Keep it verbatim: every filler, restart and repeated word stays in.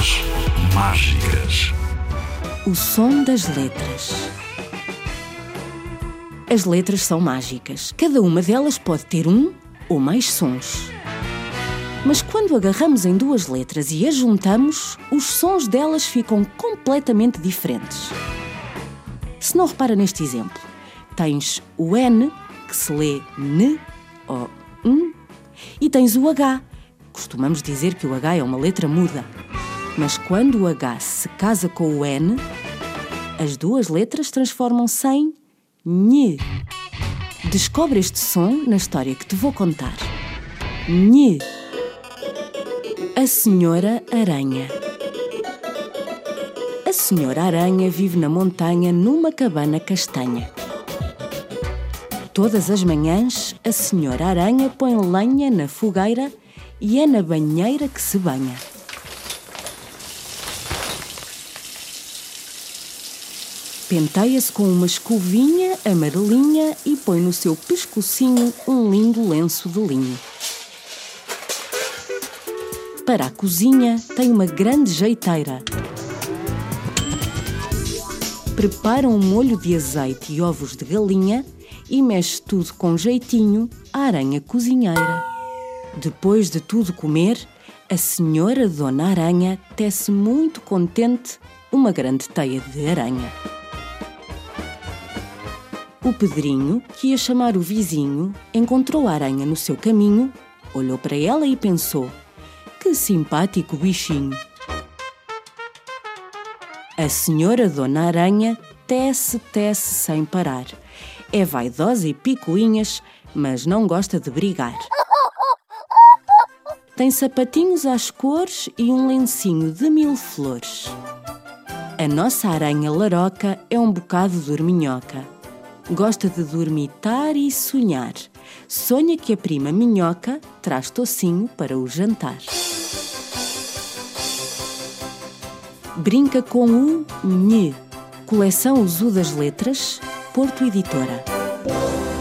Letras mágicas. O som das letras. As letras são mágicas. Cada uma delas pode ter um ou mais sons. Mas quando agarramos em duas letras e as juntamos, os sons delas ficam completamente diferentes. Se não repara neste exemplo, tens o N, que se lê N ou N, e tens o H. Costumamos dizer que o H é uma letra muda. Mas quando o H se casa com o N, as duas letras transformam-se em Nhe. Descobre este som na história que te vou contar. Nhe. A Senhora Aranha. A Senhora Aranha vive na montanha numa cabana castanha. Todas as manhãs, a Senhora Aranha põe lenha na fogueira e é na banheira que se banha. Penteia-se com uma escovinha amarelinha e põe no seu pescocinho um lindo lenço de linho. Para a cozinha, tem uma grande jeiteira. Prepara um molho de azeite e ovos de galinha e mexe tudo com jeitinho à aranha cozinheira. Depois de tudo comer, a senhora Dona Aranha tece muito contente uma grande teia de aranha. O Pedrinho, que ia chamar o vizinho, encontrou a aranha no seu caminho, olhou para ela e pensou: que simpático bichinho! A senhora Dona Aranha tece, tece sem parar. É vaidosa e picuinhas, mas não gosta de brigar. Tem sapatinhos às cores e um lencinho de mil flores. A nossa aranha laroca é um bocado dorminhoca. Gosta de dormitar e sonhar. Sonha que a prima minhoca traz tocinho para o jantar. Brinca com o Nhe. Coleção O Zoo das Letras, Porto Editora.